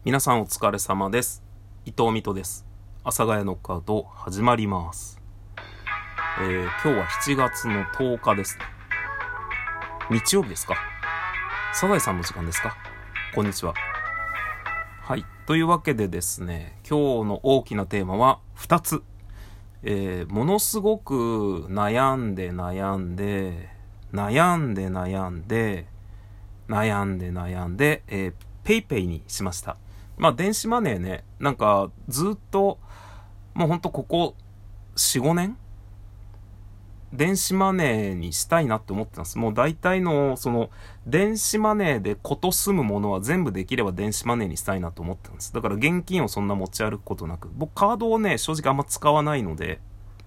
皆さんお疲れ様です。伊藤美斗です。阿佐ヶ谷ノックアウト始まります。今日は7月の10日ですね。日曜日ですか？サザエさんの時間ですか？こんにちは。はい。というわけでですね、今日の大きなテーマは2つ。ものすごく悩んで、ペイペイにしました。電子マネーね、なんかずっともうほんとここ 4,5 年電子マネーにしたいなって思ってます。もう大体のその電子マネーでこと済むものは全部できれば電子マネーにしたいなと思ってます。だから現金をそんな持ち歩くことなく、僕カードをね正直あんま使わないので、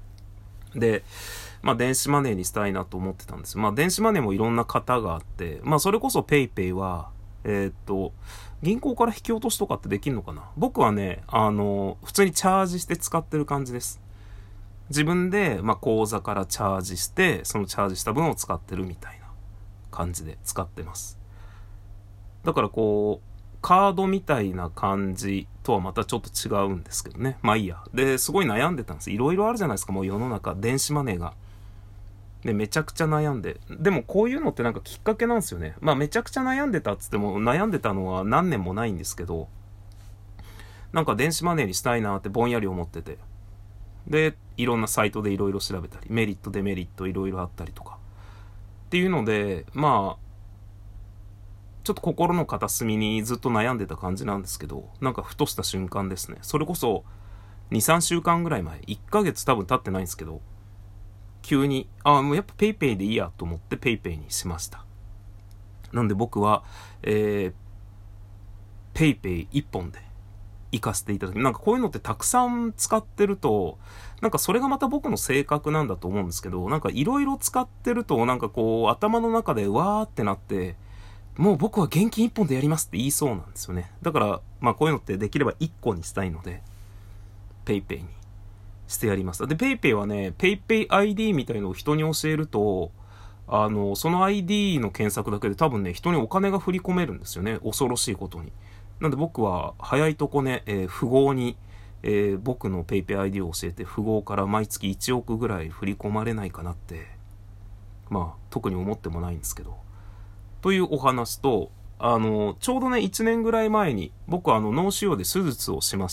電子マネーにしたいなと思ってたんです。電子マネーもいろんな型があって、それこそペイペイは銀行から引き落としとかってできるのかな。僕はね普通にチャージして使ってる感じです。自分で口座からチャージして、そのチャージした分を使ってるみたいな感じで使ってます。だからこうカードみたいな感じとはまたちょっと違うんですけどね。いいや。ですごい悩んでたんです。いろいろあるじゃないですか、もう世の中電子マネーが。でめちゃくちゃ悩んで、でもこういうのってなんかきっかけなんですよね。めちゃくちゃ悩んでたっつっても、悩んでたのは何年もないんですけど、なんか電子マネーにしたいなってぼんやり思ってて、でいろんなサイトでいろいろ調べたり、メリットデメリットいろいろあったりとかっていうので、ちょっと心の片隅にずっと悩んでた感じなんですけど、なんかふとした瞬間ですね。それこそ 2,3 週間ぐらい前、1ヶ月多分経ってないんですけど、急にもうやっぱペイペイでいいやと思ってペイペイにしました。なんで僕はペイペイ一本で行かせていただき、なんかこういうのってたくさん使ってると、なんかそれがまた僕の性格なんだと思うんですけど、なんかいろいろ使ってるとなんかこう頭の中でわーってなって、もう僕は現金一本でやりますって言いそうなんですよね。だからこういうのってできれば一個にしたいのでペイペイにしてやります。でペイペイはね、ペイペイ ID みたいのを人に教えると、その ID の検索だけで多分ね、人にお金が振り込めるんですよね。恐ろしいことに。なんで僕は早いとこね、富豪に、僕のペイペイ ID を教えて、富豪から毎月1億ぐらい振り込まれないかなって、特に思ってもないんですけど。というお話と、ちょうどね、1年ぐらい前に、僕は脳腫瘍で手術をしまして、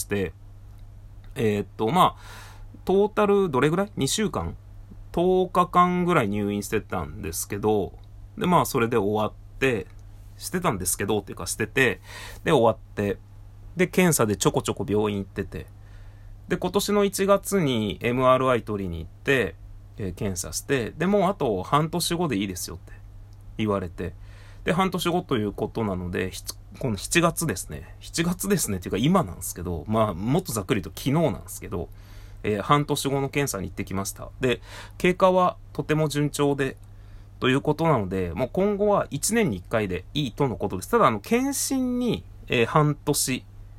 トータルどれぐらい ?2 週間10日間ぐらい入院してたんですけど、でそれで終わってしてたんですけどっていうかしてて、で終わって、で検査でちょこちょこ病院行ってて、で今年の1月に MRI 取りに行って、検査して、でもうあと半年後でいいですよって言われて、で半年後ということなので、この7月ですねっていうか今なんですけど、もっとざっくりと昨日なんですけど、半年後の検査に行ってきました。で経過はとても順調でということなので、もう今後は1年に1回でいいとのことです。ただ検診に、半年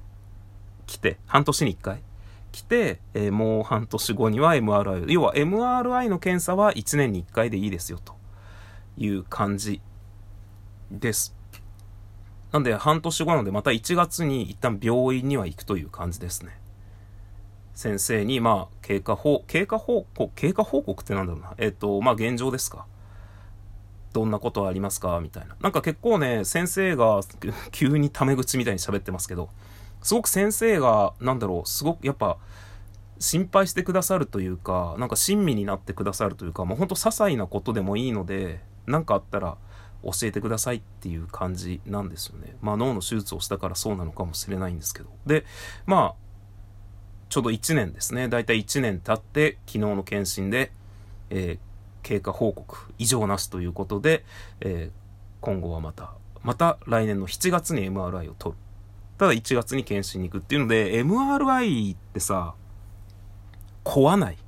に1回来て、もう半年後には MRI、 要は MRI の検査は1年に1回でいいですよという感じです。なんで半年後なので、また1月に一旦病院には行くという感じですね。先生に経過報告ってなんだろうな、現状ですか、どんなことありますかみたいな。なんか結構ね、先生が急にタメ口みたいに喋ってますけど、すごく先生がすごくやっぱ心配してくださるというか、なんか親身になってくださるというか、もうほんと些細なことでもいいので、なんかあったら教えてくださいっていう感じなんですよね。脳の手術をしたからそうなのかもしれないんですけど、でちょうど1年ですね。だいたい1年経って昨日の検診で、経過報告異常なしということで、今後はまた来年の7月に MRI を取る。ただ1月に検診に行くっていうので、 MRI ってさ怖ない？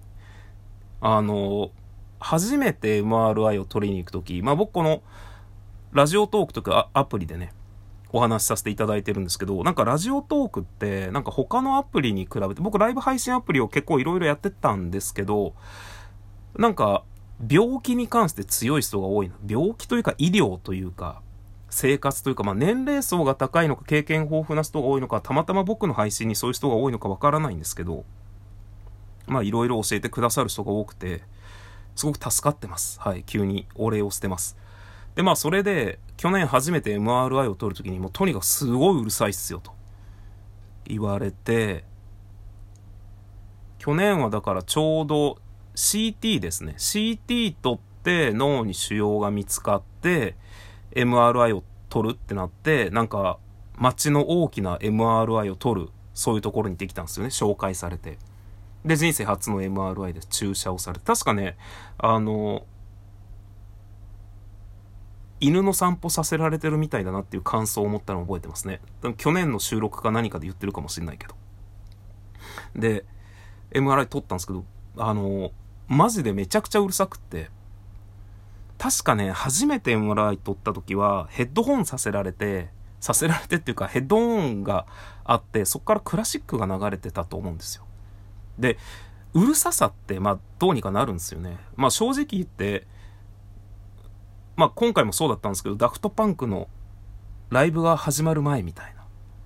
初めて MRI を取りに行くとき、僕このラジオトークとかアプリでねお話しさせていただいてるんですけど、なんかラジオトークってなんか他のアプリに比べて、僕ライブ配信アプリを結構いろいろやってたんですけど、なんか病気に関して強い人が多いな。病気というか医療というか、 生活というか、まあ年齢層が高いのか経験豊富な人が多いのか、たまたま僕の配信にそういう人が多いのかわからないんですけど、まあいろいろ教えてくださる人が多くて、すごく助かってます。はい、急にお礼を捨てます。で、まあそれで、去年初めて MRI を取るときにもうとにかくすごいうるさいっすよと言われて、去年はだからちょうど CT ですね。CT 取って脳に腫瘍が見つかって、MRI を取るってなって、なんか街の大きな MRI を取る、そういうところにできたんですよね。紹介されて。で、人生初の MRI で注射をされて、確かね、犬の散歩させられてるみたいだなっていう感想を持ったのを覚えてますね。去年の収録か何かで言ってるかもしれないけど。で、MRI 取ったんですけど、マジでめちゃくちゃうるさくって、確かね、初めて MRI 取った時はヘッドホンさせられてっていうかヘッドホンがあって、そこからクラシックが流れてたと思うんですよ。で、うるささってまあどうにかなるんですよね。まあ正直言って、まあ今回もそうだったんですけど、ダフトパンクのライブが始まる前みたいな。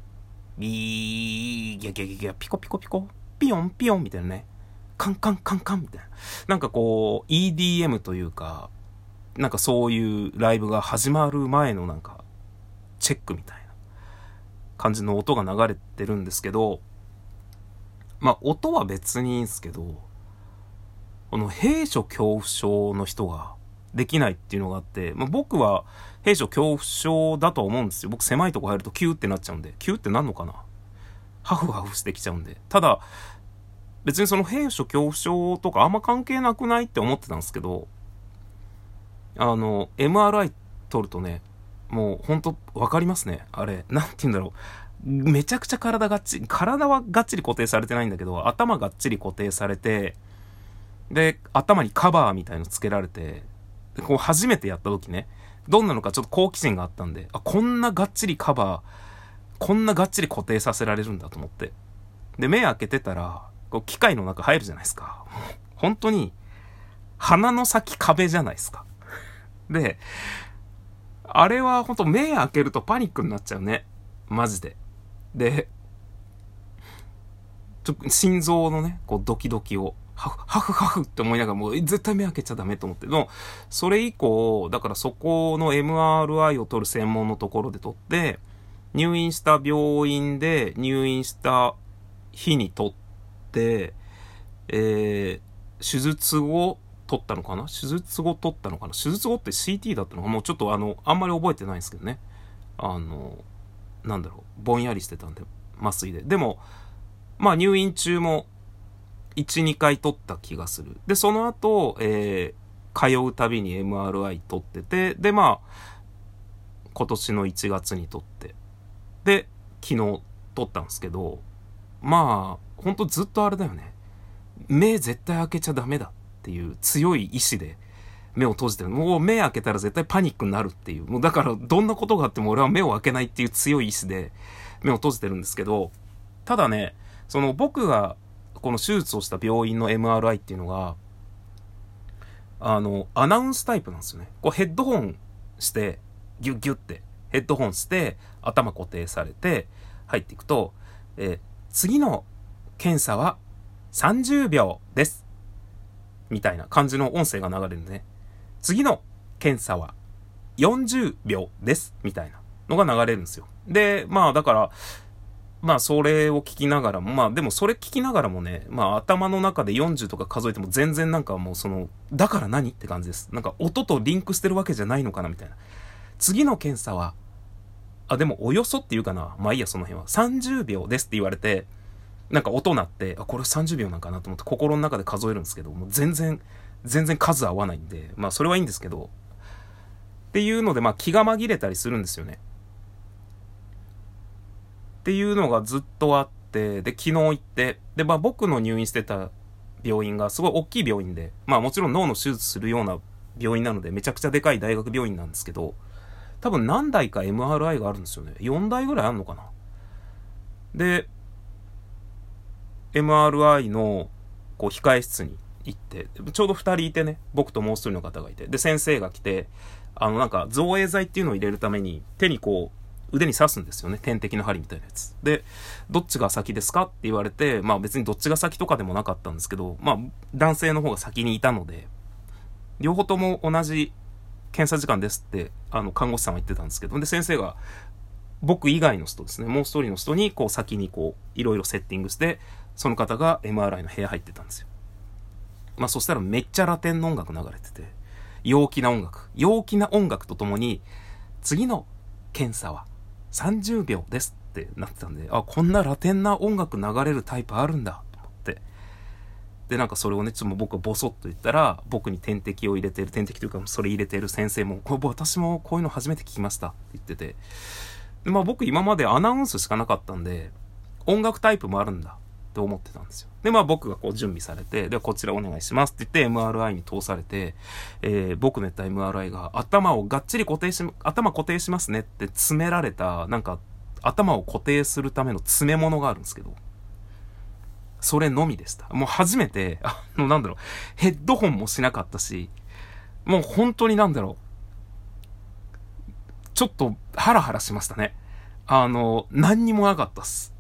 ビーギャギャギャギャピコピコピコピヨンピヨンみたいなね。カンカンカンカンみたいな。なんかこう EDM というか、なんかそういうライブが始まる前のなんかチェックみたいな感じの音が流れてるんですけど、まあ音は別にいいんですけど、この閉所恐怖症の人ができないっていうのがあって、まあ、僕は閉所恐怖症だとは思うんですよ。僕狭いとこ入るとキューってなっちゃうんで、キューってなんのかな、ハフハフしてきちゃうんで。ただ別にその閉所恐怖症とかあんま関係なくないって思ってたんですけど、MRI 取るとね、もうほんとわかりますね。あれ、なんて言うんだろう。めちゃくちゃ体はがっちり固定されてないんだけど、頭がっちり固定されて、で、頭にカバーみたいのつけられて、でこう初めてやった時ね、どんなのかちょっと好奇心があったんで、こんながっちりカバー、こんながっちり固定させられるんだと思って。で、目開けてたら、こう機械の中入るじゃないですか。本当に、鼻の先壁じゃないですか。で、あれは本当目開けるとパニックになっちゃうね。マジで。で、心臓のね、こうドキドキを、ハフハフって思いながらもう絶対目開けちゃダメと思って。の、それ以降、だからそこの MRI を取る専門のところで取って、入院した病院で入院した日に取って、手術後取ったのかな、手術後取ったのかな、手術後って CT だったのか、もうちょっとあんまり覚えてないんですけどね。なんだろう、ぼんやりしてたんで、麻酔で。でも、まあ入院中も1、2回取った気がする。で、その後、通うたびに MRI 取ってて、で、まあ、今年の1月に取って、で、昨日取ったんですけど、まあ、ほんとずっとあれだよね。目絶対開けちゃダメだっていう強い意志で目を閉じてる。もう目開けたら絶対パニックになるっていう。もうだからどんなことがあっても俺は目を開けないっていう強い意志で目を閉じてるんですけど、ただね、その僕がこの手術をした病院の MRI っていうのが、アナウンスタイプなんですよね。こうヘッドホンして、ギュッギュッってヘッドホンして、頭固定されて入っていくと、次の検査は30秒です。みたいな感じの音声が流れるんでね。次の検査は40秒です。みたいなのが流れるんですよ。で、まあだから、まあそれを聞きながらも、まあでもそれ聞きながらもね、まあ頭の中で40とか数えても全然なんかもうだから何って感じです。なんか音とリンクしてるわけじゃないのかなみたいな。次の検査は、でもおよそっていうかな。まあいいや、その辺は。30秒ですって言われて、なんか音鳴って、これ30秒なんかなと思って心の中で数えるんですけど、もう全然数合わないんで、まあそれはいいんですけど、っていうのでまあ気が紛れたりするんですよね。っていうのがずっとあって、で、昨日行って、で、まあ僕の入院してた病院がすごい大きい病院で、まあもちろん脳の手術するような病院なのでめちゃくちゃでかい大学病院なんですけど、多分何台か MRI があるんですよね。4台ぐらいあるのかな。で、MRI のこう控え室に行って、ちょうど二人いてね、僕ともう一人の方がいて、で、先生が来て、なんか、造影剤っていうのを入れるために、手にこう、腕に刺すんですよね。点滴の針みたいなやつ。で、どっちが先ですかって言われて、まあ別にどっちが先とかでもなかったんですけど、まあ、男性の方が先にいたので、両方とも同じ検査時間ですって、看護師さんは言ってたんですけど、で、先生が、僕以外の人ですね、もう一人の人に、こう先にこう、いろいろセッティングして、その方が MRI の部屋入ってたんですよ。まあそしたらめっちゃラテンの音楽流れてて、陽気な音楽とともに、次の検査は30秒ですってなってたんで、あ、こんなラテンな音楽流れるタイプあるんだ、と思って。で、なんかそれをね、ちょっと僕はボソッと言ったら、僕に点滴というか、それ入れてる先生も、私もこういうの初めて聞きましたって言ってて、で、まあ僕今までアナウンスしかなかったんで、音楽タイプもあるんだって思ってたんですよ。で、まあ僕がこう準備されて、で、こちらお願いしますって言って MRI に通されて、僕のやった MRI が頭をがっちり頭固定しますねって詰められた、なんか頭を固定するための詰め物があるんですけど、それのみでした。もう初めて、なんだろう、ヘッドホンもしなかったし、もう本当になんだろう、ちょっとハラハラしましたね。何にもなかったっす。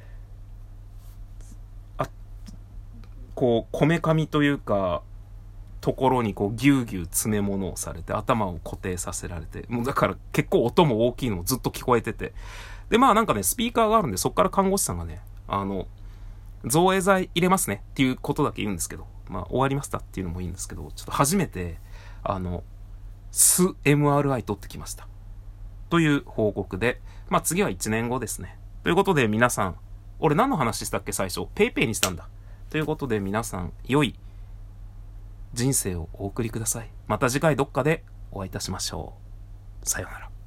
こう、こめかみというか、ところにこうギューギュー詰め物をされて、頭を固定させられて、もうだから結構音も大きいのもずっと聞こえてて。で、まあなんかね、スピーカーがあるんで、そっから看護師さんがね、造影剤入れますねっていうことだけ言うんですけど、まあ終わりましたっていうのもいいんですけど、ちょっと初めて、MRI 取ってきました。という報告で、まあ次は1年後ですね。ということで皆さん、俺何の話したっけ最初。ペイペイにしたんだ。ということで皆さん、良い人生をお送りください。また次回どっかでお会いいたしましょう。さようなら。